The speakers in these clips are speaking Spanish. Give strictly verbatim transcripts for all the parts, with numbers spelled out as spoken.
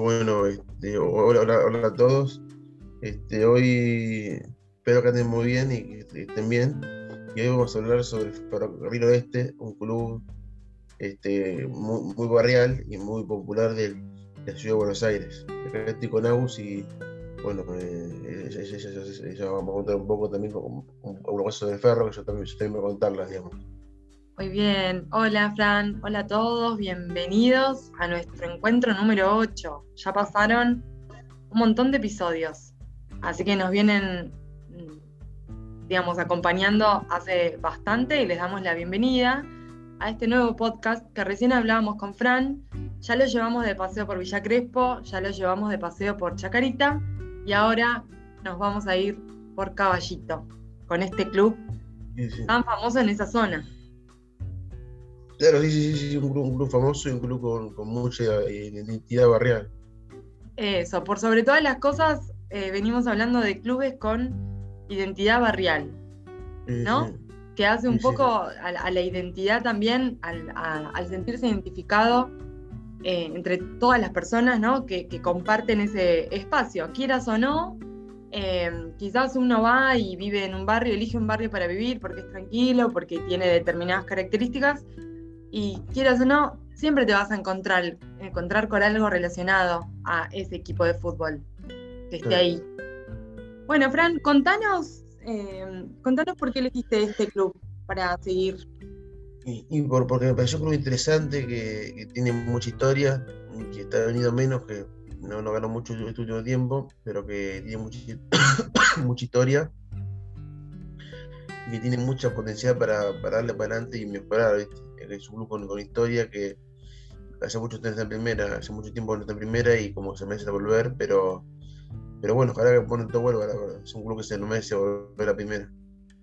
Bueno, este, hola, hola, hola a todos. Este, hoy espero que anden muy bien y que estén bien. Y hoy vamos a hablar sobre el Ferrocarril Oeste, un club este, muy, muy barrial y muy popular de la ciudad de Buenos Aires. Acá estoy con Agus y bueno, eh, ella, ella- ella- ella- ella vamos a contar un poco también con algunas cosas del ferro que yo también, yo también voy a contarlas, digamos. Muy bien, hola Fran, hola a todos, bienvenidos a nuestro encuentro número ocho. Ya pasaron un montón de episodios, así que nos vienen, mm, digamos, acompañando hace bastante y les damos la bienvenida a este nuevo podcast que recién hablábamos con Fran. Ya lo llevamos de paseo por Villa Crespo, ya lo llevamos de paseo por Chacarita y ahora nos vamos a ir por Caballito, con este club Sí, sí. tan famoso en esa zona. Claro, sí, sí, sí, sí, un club, un club famoso y un club con, con mucha eh, identidad barrial. Eso, por sobre todas las cosas, eh, venimos hablando de clubes con identidad barrial, Sí, ¿no? sí, Que hace sí, un sí, poco a, a la identidad también, al, a- al sentirse identificado eh, entre todas las personas, ¿no? Que, que comparten ese espacio, quieras o no. eh, quizás uno va y vive en un barrio, elige un barrio para vivir porque es tranquilo, porque tiene determinadas características, y quieras o no, siempre te vas a encontrar, encontrar con algo relacionado a ese equipo de fútbol que esté claro. ahí. Bueno, Fran, contanos, eh, contanos por qué elegiste este club para seguir. Y, y por, porque me pareció un club interesante, que, que tiene mucha historia, que está venido menos, que no, no ganó mucho este último tiempo, pero que tiene mucha, mucha historia y que tiene mucha potencial para, para darle para adelante y mejorar, ¿viste? Es un club con, con historia que hace mucho tiempo está en primera, hace mucho tiempo no está en primera y como se merece volver, pero, pero bueno, ojalá que pronto vuelva, la verdad. Es un club que se merece volver a primera.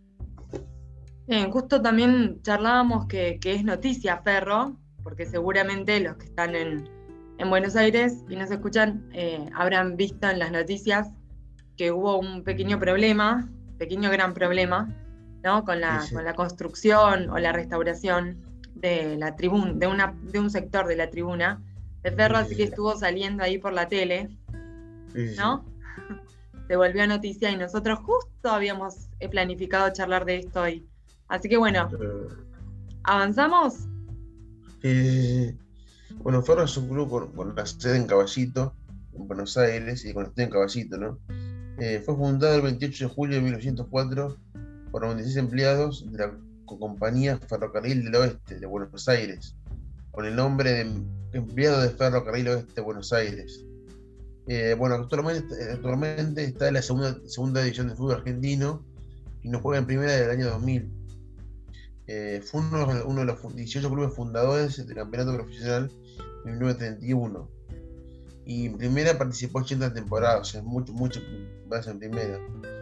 Eh, justo también charlábamos que, que es noticia Ferro, porque seguramente los que están en, en Buenos Aires y nos escuchan eh, habrán visto en las noticias que hubo un pequeño problema, pequeño gran problema, ¿no? Con Sí, la, sí, con la construcción o la restauración de la tribuna, de una, de un sector de la tribuna de Ferro, sí, así que sí, estuvo saliendo ahí por la tele, sí, sí, sí. ¿no? Se volvió noticia y nosotros justo habíamos eh, planificado charlar de esto hoy. Así que bueno, Pero, ¿avanzamos? sí, sí, sí, sí. Bueno, Ferro es un club con, con la sede en Caballito, en Buenos Aires, y con la sede en Caballito, ¿no? Eh, fue fundado el veintiocho de julio de mil novecientos cuatro por noventa y seis empleados de la co- compañía Ferrocarril del Oeste de Buenos Aires, con el nombre de empleado de Ferrocarril Oeste de Buenos Aires. Eh, bueno, actualmente, actualmente está en la segunda, segunda división de fútbol argentino y no juega en primera desde el año dos mil. Eh, fue uno, uno de los dieciocho clubes fundadores del campeonato profesional en mil novecientos treinta y uno. Y en primera participó ochenta temporadas, o sea, mucho, mucho más en primera.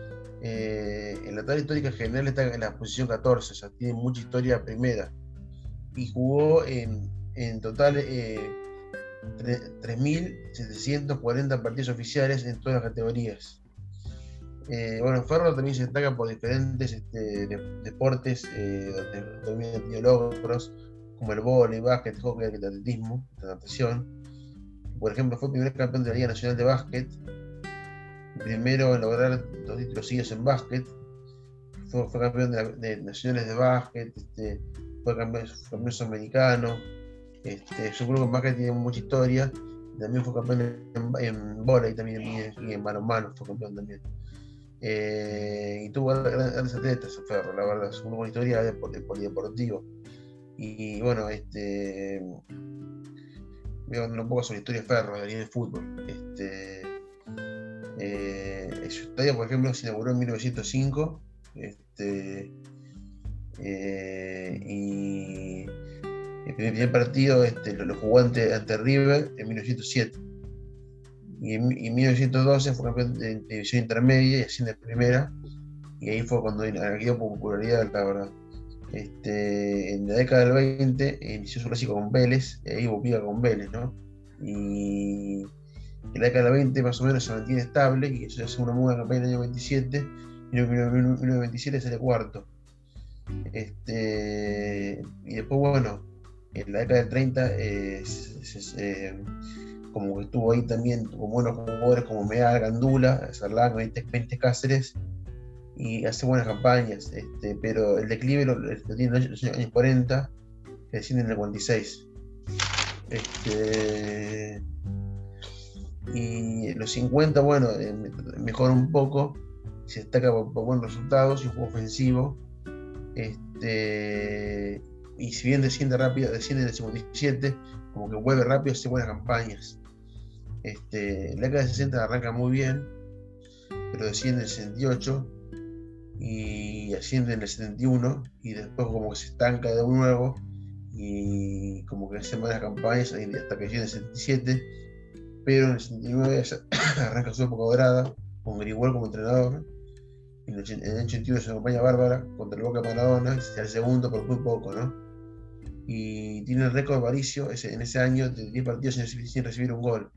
Eh, en la tabla histórica general está en la posición catorce, o sea, tiene mucha historia primera. Y jugó en, en total eh, tres mil setecientos cuarenta partidos oficiales en todas las categorías. Eh, bueno, Ferro también se destaca por diferentes este, de, deportes eh, donde también ha tenido logros, como el vóley, básquet, hockey, atletismo, natación. Por ejemplo, fue primer campeón de la Liga Nacional de Básquet, primero en lograr dos títulos seguidos en básquet, fue, fue campeón de, la, de, nacionales de básquet, este, fue campeón, campeón sudamericano, este, es un club en básquet tiene mucha historia, también fue campeón en, en vóley también, y en balonmano fue campeón también. Eh, y tuvo grandes atletas Ferro, la verdad, es una buena historia de, de polideportivo. Y bueno, este voy a contar un poco sobre la historia de Ferro, de de fútbol. Este, eh, su estadio, por ejemplo, se inauguró en mil novecientos cinco. Este, eh, y el primer, primer partido este, lo, lo jugó ante, ante River en mil novecientos siete. Y en, en mil novecientos doce fue campeón de, de división intermedia y asciende a primera. Y ahí fue cuando adquirió popularidad, la verdad. Este, en la década del veinte inició su clásico con Vélez, y ahí volvía con Vélez, ¿no? Y en la década del veinte más o menos se mantiene estable y eso hace una muy buena campaña en el año veintisiete, y en mil novecientos veintisiete sale cuarto. Este, y después, bueno, en la década del treinta eh, se, se, se, como que estuvo ahí también con buenos jugadores como Meal, Gandula, Sarlán, veinte Cáceres, y hace buenas campañas, este, pero el declive lo, lo tiene en los años cuarenta, que desciende en el cuarenta y seis. Este, y en los cincuenta, bueno, eh, mejora un poco, se destaca por, por buenos resultados y un juego ofensivo. Este, y si bien desciende rápido, desciende en el cincuenta y siete, como que vuelve rápido, hace buenas campañas. Este, en la década de sesenta arranca muy bien, pero desciende en el sesenta y ocho y asciende en el setenta y uno, y después como que se estanca de nuevo y como que hace buenas campañas hasta que llega en el setenta y siete, pero en el setenta y nueve arranca su época dorada con Grigol como entrenador. En el ochenta y uno es una campaña bárbara contra el Boca Maradona, es el segundo por muy poco, ¿no? Y tiene el récord Aparicio ese, en ese año de diez partidos sin, sin recibir un gol.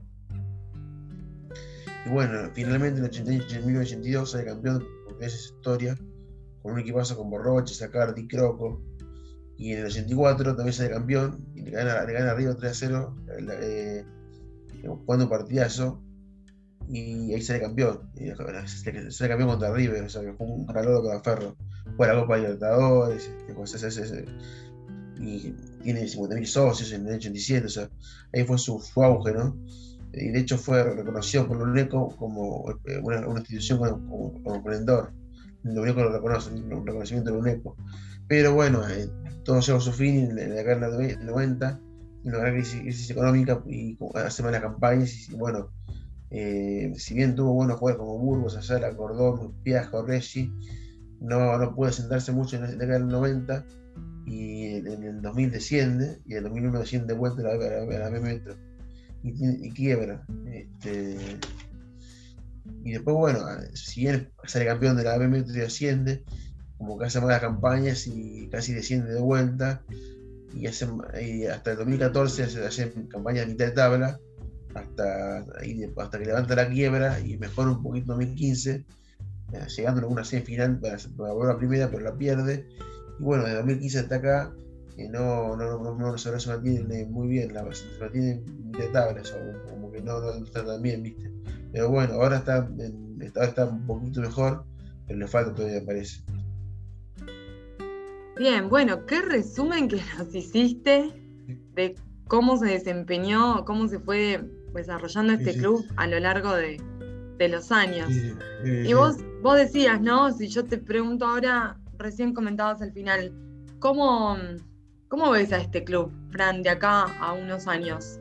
Y bueno, finalmente en el ochenta y ocho, en mil novecientos ochenta y dos sale campeón, porque esa es historia, con un equipazo con Borroche, Sacardi, Croco. Y en el ochenta y cuatro también sale campeón y le gana, le gana a River tres a cero, eh, jugando un partidazo, y ahí sale campeón. Y sale campeón contra River, o sea, que jugó un calor contra Ferro. Fue a la Copa Libertadores, este, cosas así, y tiene cincuenta mil socios en el ochenta y siete, o sea, ahí fue su, su auge, ¿no? Y de hecho fue reconocido por la UNESCO como una, una institución como, como emprendedor. La UNESCO lo reconoce, un reconocimiento de la UNESCO. Pero bueno, eh, todo llegó a su fin en la década del noventa, en la gran crisis, crisis económica, y hace malas campañas. Y bueno, eh, si bien tuvo buenos jugadores como Burgos, Ayala, Cordón, Piasco, Reggi, no, no pudo sentarse mucho en la década del noventa, y en el dos mil desciende, y en el dos mil uno desciende de vuelta a la, a la, a la B Metro. Y, y quiebra. Este, y después, bueno, si bien sale campeón de la B Metro y asciende, como que hace malas campañas y casi desciende de vuelta, y, hace, y hasta el dos mil catorce hace, hace campañas de mitad de tabla, hasta, y, hasta que levanta la quiebra y mejora un poquito en dos mil quince, eh, llegando a una semifinal para, para volver a la primera, pero la pierde. Y bueno, de dos mil quince hasta acá, eh, no, no, no, no, no se mantiene muy bien, la, se mantiene de tablas, o como que no, no está tan bien, ¿viste? Pero bueno, ahora está, en, está, está un poquito mejor, pero le falta todavía, me parece. Bien, bueno, qué resumen que nos hiciste de cómo se desempeñó, cómo se fue desarrollando este sí, sí. club a lo largo de, de los años. Sí, sí, y vos, vos decías, ¿no? Si yo te pregunto ahora, recién comentabas al final, ¿cómo, cómo ves a este club, Fran, de acá a unos años?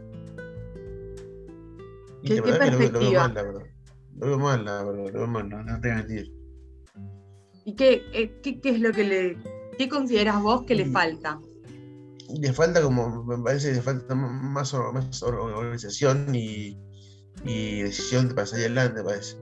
¿Qué, ¿qué perspectiva? Lo, lo, veo mal, la verdad. Lo veo mal, la verdad. Lo veo mal, no, no te voy a mentir. ¿Y qué, qué, qué es lo que le... ¿Qué consideras vos que le falta? Le falta, como, me parece que le falta más, más organización y, y decisión para salir adelante, me parece.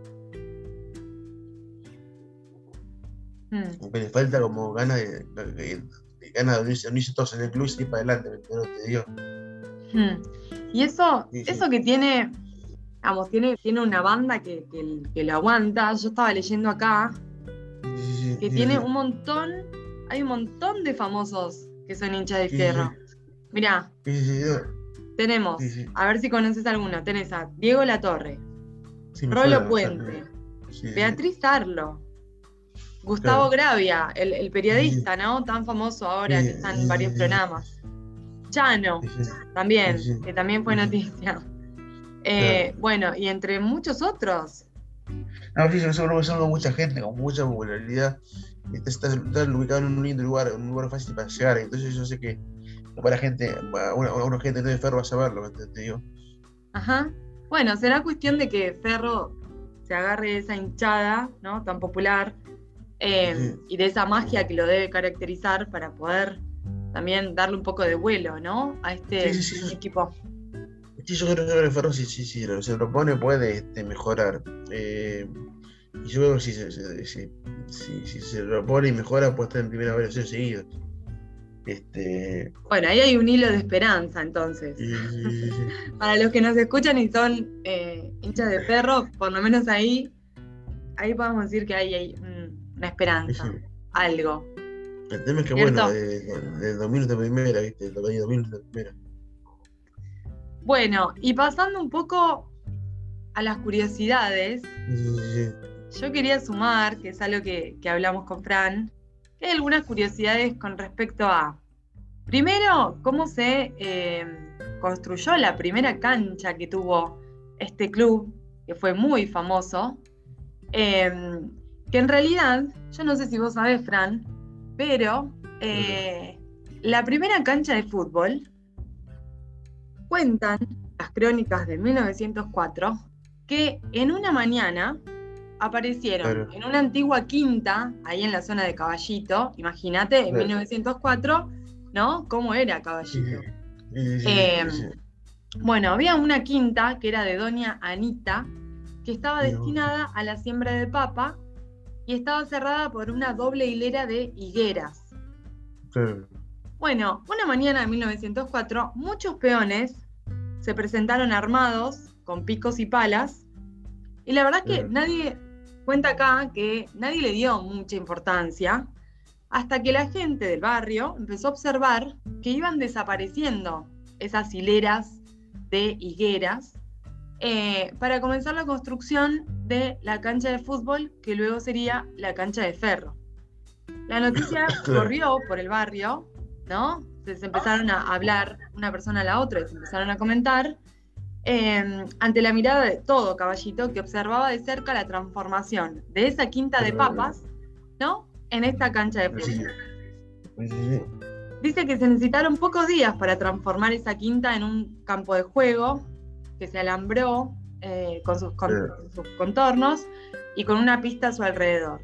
Hmm. Le falta como ganas de, de, de, ganas de unirse, unirse todos en el club y seguir para adelante, pero te digo. Hmm. Y eso, sí, eso sí. que tiene, vamos, tiene, tiene una banda que, que, que lo aguanta. Yo estaba leyendo acá sí, sí, que sí, tiene sí. un montón, hay un montón de famosos que son hinchas de Fierro. Sí, sí. Mirá, sí, sí, sí. tenemos, sí, sí. a ver si conoces alguno, tenés a Diego Latorre, sí, Rolo suena, Puente, sí, Beatriz Arlo, Gustavo claro. Gravia, el, el periodista, sí, sí. ¿no? Tan famoso ahora sí, que está en sí, varios sí, programas. Chano, sí, sí. también, sí, sí. que también fue sí, noticia. Eh, claro. Bueno, y entre muchos otros. No, sí, son, son mucha gente, con mucha popularidad. Están ubicados en un lindo lugar, un lugar fácil para llegar. Entonces yo sé que para la gente, una, una gente de Ferro va a saberlo, te digo. Ajá. Bueno, será cuestión de que Ferro se agarre de esa hinchada, ¿no? Tan popular, eh, sí. y de esa magia que lo debe caracterizar para poder también darle un poco de vuelo, ¿no? A este sí, sí, sí. equipo. Sí, yo creo que Ferro sí, sí, sí, lo, se propone, puede este, mejorar. Eh, y yo creo que si se si, si, si, si se propone y mejora, puede estar en primera versión seguida. Este... Bueno, ahí hay un hilo de esperanza, entonces. Sí, sí, sí, sí. Para los que nos escuchan y son eh, hinchas de Ferro, por lo menos ahí, ahí podemos decir que hay, hay una esperanza, sí, sí. algo. El tema es que, ¿cierto? Bueno, de, de, de dos mil de primera, ¿viste? De dos mil de primera. Bueno, y pasando un poco a las curiosidades, Sí, sí, sí. yo quería sumar, que es algo que, que hablamos con Fran, que hay algunas curiosidades con respecto a, primero, cómo se eh, construyó la primera cancha que tuvo este club, que fue muy famoso, eh, que en realidad, yo no sé si vos sabés, Fran, pero eh, la primera cancha de fútbol, cuentan las crónicas de mil novecientos cuatro, que en una mañana aparecieron Claro, en una antigua quinta, ahí en la zona de Caballito, imagínate, en claro. mil novecientos cuatro, ¿no? ¿Cómo era Sí, Caballito? sí, sí, sí, Eh, sí, sí. bueno, había una quinta que era de doña Anita, que estaba Mira vos. destinada a la siembra de papa y estaba cerrada por una doble hilera de higueras. Claro. Bueno, una mañana de mil novecientos cuatro, muchos peones se presentaron armados con picos y palas, y la verdad es que Claro. nadie, cuenta acá que nadie le dio mucha importancia, hasta que la gente del barrio empezó a observar que iban desapareciendo esas hileras de higueras eh, para comenzar la construcción de la cancha de fútbol, que luego sería la cancha de ferro. La noticia Claro. corrió por el barrio, ¿no? Se, se empezaron a hablar una persona a la otra y se empezaron a comentar, eh, ante la mirada de todo Caballito, que observaba de cerca la transformación de esa quinta de papas, ¿no? En esta cancha de Sí, fútbol. sí, sí. Dice que se necesitaron pocos días para transformar esa quinta en un campo de juego que se alambró eh, con, sus con, Claro. sus contornos y con una pista a su alrededor.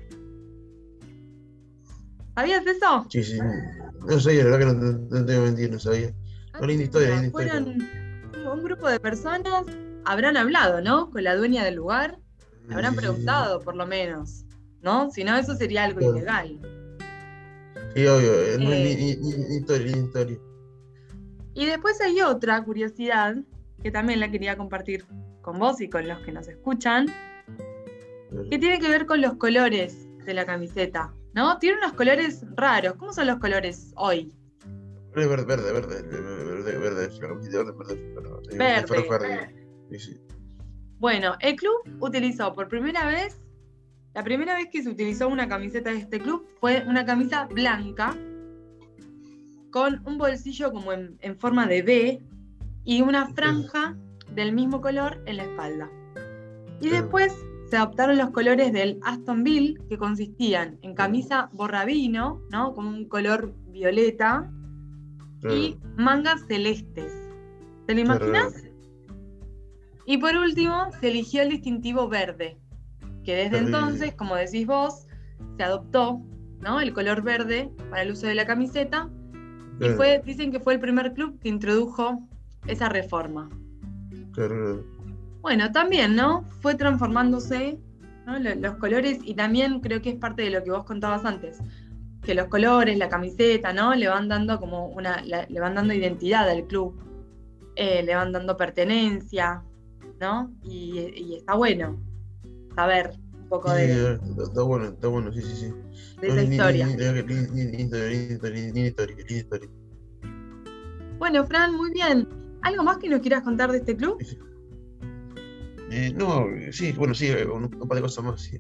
¿Sabías eso? Sí, sí. No sabía, la verdad que no, no te voy a mentir, no sabía. Ah, No, linda historia, mira, linda historia. fueron un grupo de personas, habrán hablado, ¿no? Con la dueña del lugar, le Sí, habrán sí, sí, sí. preguntado por lo menos, ¿no? Si no, eso sería algo Claro. ilegal. Sí, obvio, eh, no, ni, Eh, ni, ni- ni historia, ni historia. y después hay otra curiosidad que también la quería compartir con vos y con los que nos escuchan, Claro. que tiene que ver con los colores de la camiseta, ¿no? Tiene unos colores raros. ¿Cómo son los colores hoy? Verde, verde, verde, verde, verde, verde, la camiseta verde, verde, verde, verde, de ferro, Verde. verde. Sí, sí. Bueno, el club utilizó por primera vez, la primera vez que se utilizó una camiseta de este club fue una camisa blanca con un bolsillo como en, en forma de V y una franja del mismo color en la espalda. Y Claro. después se adoptaron los colores del Aston Villa, que consistían en camisa borrabino, ¿no? Como un color violeta, Claro, y mangas celestes. ¿Te lo claro, imaginas? claro. Y por último, se eligió el distintivo verde, que desde Claro, sí, sí, entonces, sí. como decís vos, se adoptó, ¿no? El color verde para el uso de la camiseta, y Claro, fue, dicen que fue el primer club que introdujo esa reforma. claro, claro. Bueno, también, ¿no? Fue transformándose, ¿no? Los colores, y también creo que es parte de lo que vos contabas antes, que los colores, la camiseta, ¿no? Le van dando como una, la, le van dando identidad al club, eh, le van dando pertenencia, ¿no? Y, y está bueno saber un poco Sí, sí, de, está, está bueno, está bueno, sí, sí, sí. de No, esa ni, ni, ni, historia. ni, ni, ni, ni historia, ni historia, ni, ni historia, ni historia. Bueno, Fran, muy bien. ¿Algo más que nos quieras contar de este club? Sí, sí. Eh, no, sí, bueno, sí, eh, un, un par de cosas más, sí.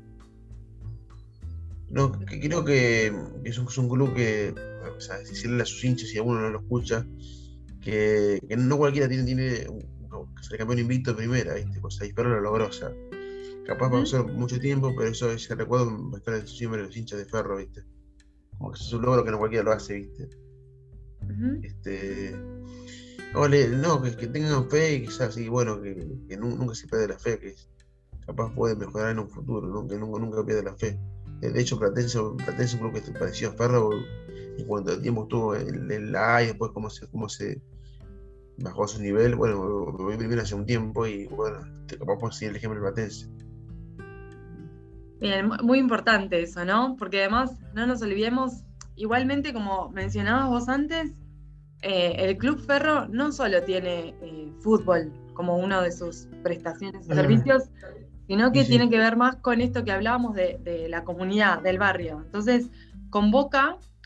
No, que- creo que es un, es un club que, o sea, decirle a sus hinchas si alguno no lo escucha, que, que no cualquiera tiene, tiene un, un- que ser campeón invicto de primera, ¿viste? Pues ahí Ferro lo logró, o sea, capaz Uh-huh. pasó mucho tiempo, pero eso ese recuerdo va a estar siempre en los hinchas de Ferro, ¿viste? Como que es un logro que no cualquiera lo hace, ¿viste? Uh-huh. Este, no, le- no, que, que tengan fe y quizás sí, bueno, que, que nu- nunca se pierde la fe, que capaz puede mejorar en un futuro, ¿no? Que nunca, nunca pierde la fe. De de hecho, Platense, Platense es un club que pareció a Ferro en cuanto al tiempo estuvo en, en la A y después cómo se, cómo se bajó a su nivel. Bueno, me viene hace un tiempo y bueno, te, capaz puedo seguir el ejemplo del Platense. Bien, mu- muy importante eso, ¿no? Porque además, no nos olvidemos, igualmente como mencionabas vos antes, eh, el Club Ferro no solo tiene eh, fútbol como uno de sus prestaciones y servicios, sino que Sí, sí. tiene que ver más con esto que hablábamos de, de la comunidad, del barrio. Entonces, convoca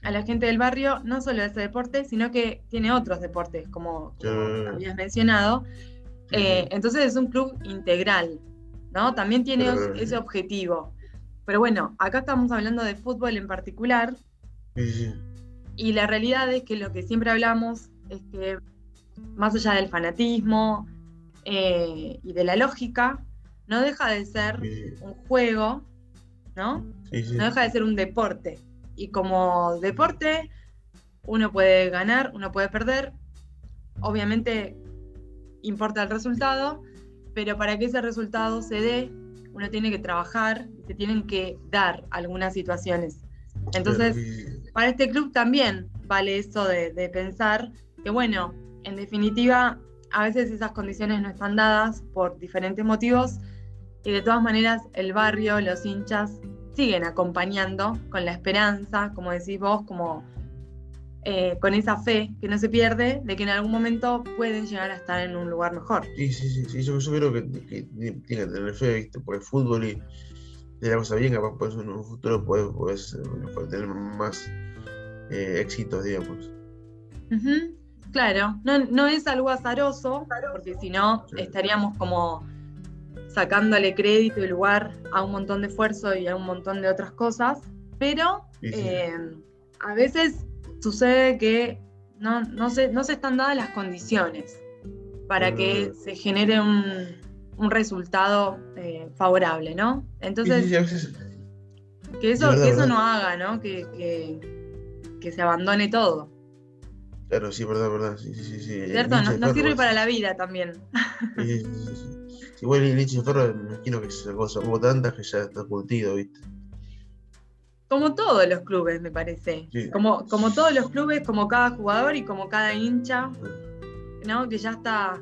a la gente del barrio no solo ese deporte, sino que tiene otros deportes, como, como Eh, habías mencionado. sí, Eh, sí. entonces es un club integral, ¿no? También tiene Claro, os- claro, ese sí. objetivo. Pero bueno, acá estamos hablando de fútbol en particular, Sí, sí, y la realidad es que lo que siempre hablamos es que más allá del fanatismo eh, y de la lógica, no deja de ser sí, un juego, ¿no? sí, No sí, deja de ser un deporte. Y como deporte, uno puede ganar, uno puede perder. Obviamente importa el resultado, pero para que ese resultado se dé, uno tiene que trabajar y se tienen que dar algunas situaciones. claro, Entonces, sí, sí, para este club también vale eso de, de pensar que, bueno, en definitiva, a veces esas condiciones no están dadas por diferentes motivos y de todas maneras el barrio, los hinchas, siguen acompañando con la esperanza, como decís vos, como eh, con esa fe que no se pierde de que en algún momento pueden llegar a estar en un lugar mejor. sí, sí, sí, sí, yo, yo creo que, que tiene que tener fe, ¿viste? Porque el fútbol y de la cosa bien, capaz pues en un futuro puedes, puedes, puedes tener más eh, éxitos, digamos. Ujú, claro, no, no es algo azaroso, porque si no Sí, estaríamos como sacándole crédito y lugar a un montón de esfuerzo y a un montón de otras cosas, pero sí, sí. eh, a veces sucede que no, no, se, no se están dadas las condiciones para que Claro, se genere un, un resultado eh, favorable, ¿no? sí, sí, sí, Entonces, a veces, que sí, eso, verdad, que eso verdad. no haga, ¿no? Que, que, que se abandone todo, Claro, sí, verdad, verdad. Sí, sí, sí, sí. El ¿cierto? hincha No, de nos Ferro, sirve pues, para sí, la sí, vida también. sí, sí, sí, sí. Sí, igual el hincha de Ferro, me imagino que sacó, sacó tantas que ya está curtido, ¿viste? Como todos los clubes, me parece. Sí, Como, como todos los clubes, como cada jugador y como cada hincha, ¿no? Que ya está,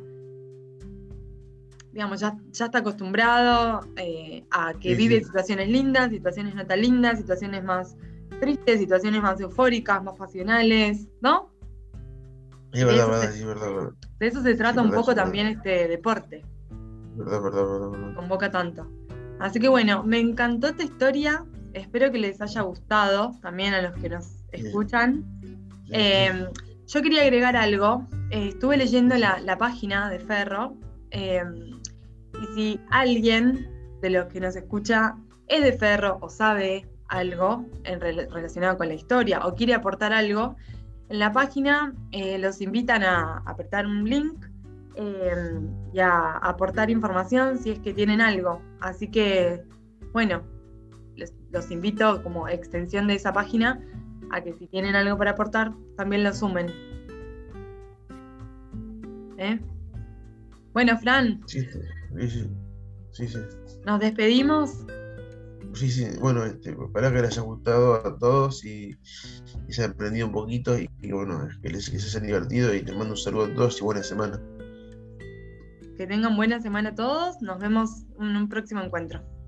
digamos, ya, ya está acostumbrado eh, a que sí, vive sí. situaciones lindas, situaciones no tan lindas, situaciones más tristes, situaciones más eufóricas, más pasionales, ¿no? Es Y de verdad, eso se, verdad, sí, verdad, verdad. de eso se Sí, trata un verdad, poco sí, verdad. también este deporte, Verdad, verdad, verdad, que verdad. convoca tanto. Así que bueno, me encantó esta historia, espero que les haya gustado también a los que nos Sí, escuchan. sí, sí, Eh, yo quería agregar algo. Eh, estuve leyendo sí, la, sí. la página de Ferro. eh, y si alguien de los que nos escucha es de Ferro o sabe algo en rel- relacionado con la historia o quiere aportar algo, en la página eh, los invitan a apretar un link eh, y a aportar información si es que tienen algo. Así que, bueno, les- los invito como extensión de esa página a que si tienen algo para aportar, también lo sumen. ¿eh? Bueno, Fran, Sí, sí, sí, sí, sí. nos despedimos. Sí, sí. Bueno, este, ojalá que les haya gustado a todos y, y se haya aprendido un poquito y, y bueno, que les, que se hayan divertido y les mando un saludo a todos y buena semana. Que tengan buena semana todos. Nos vemos en un próximo encuentro.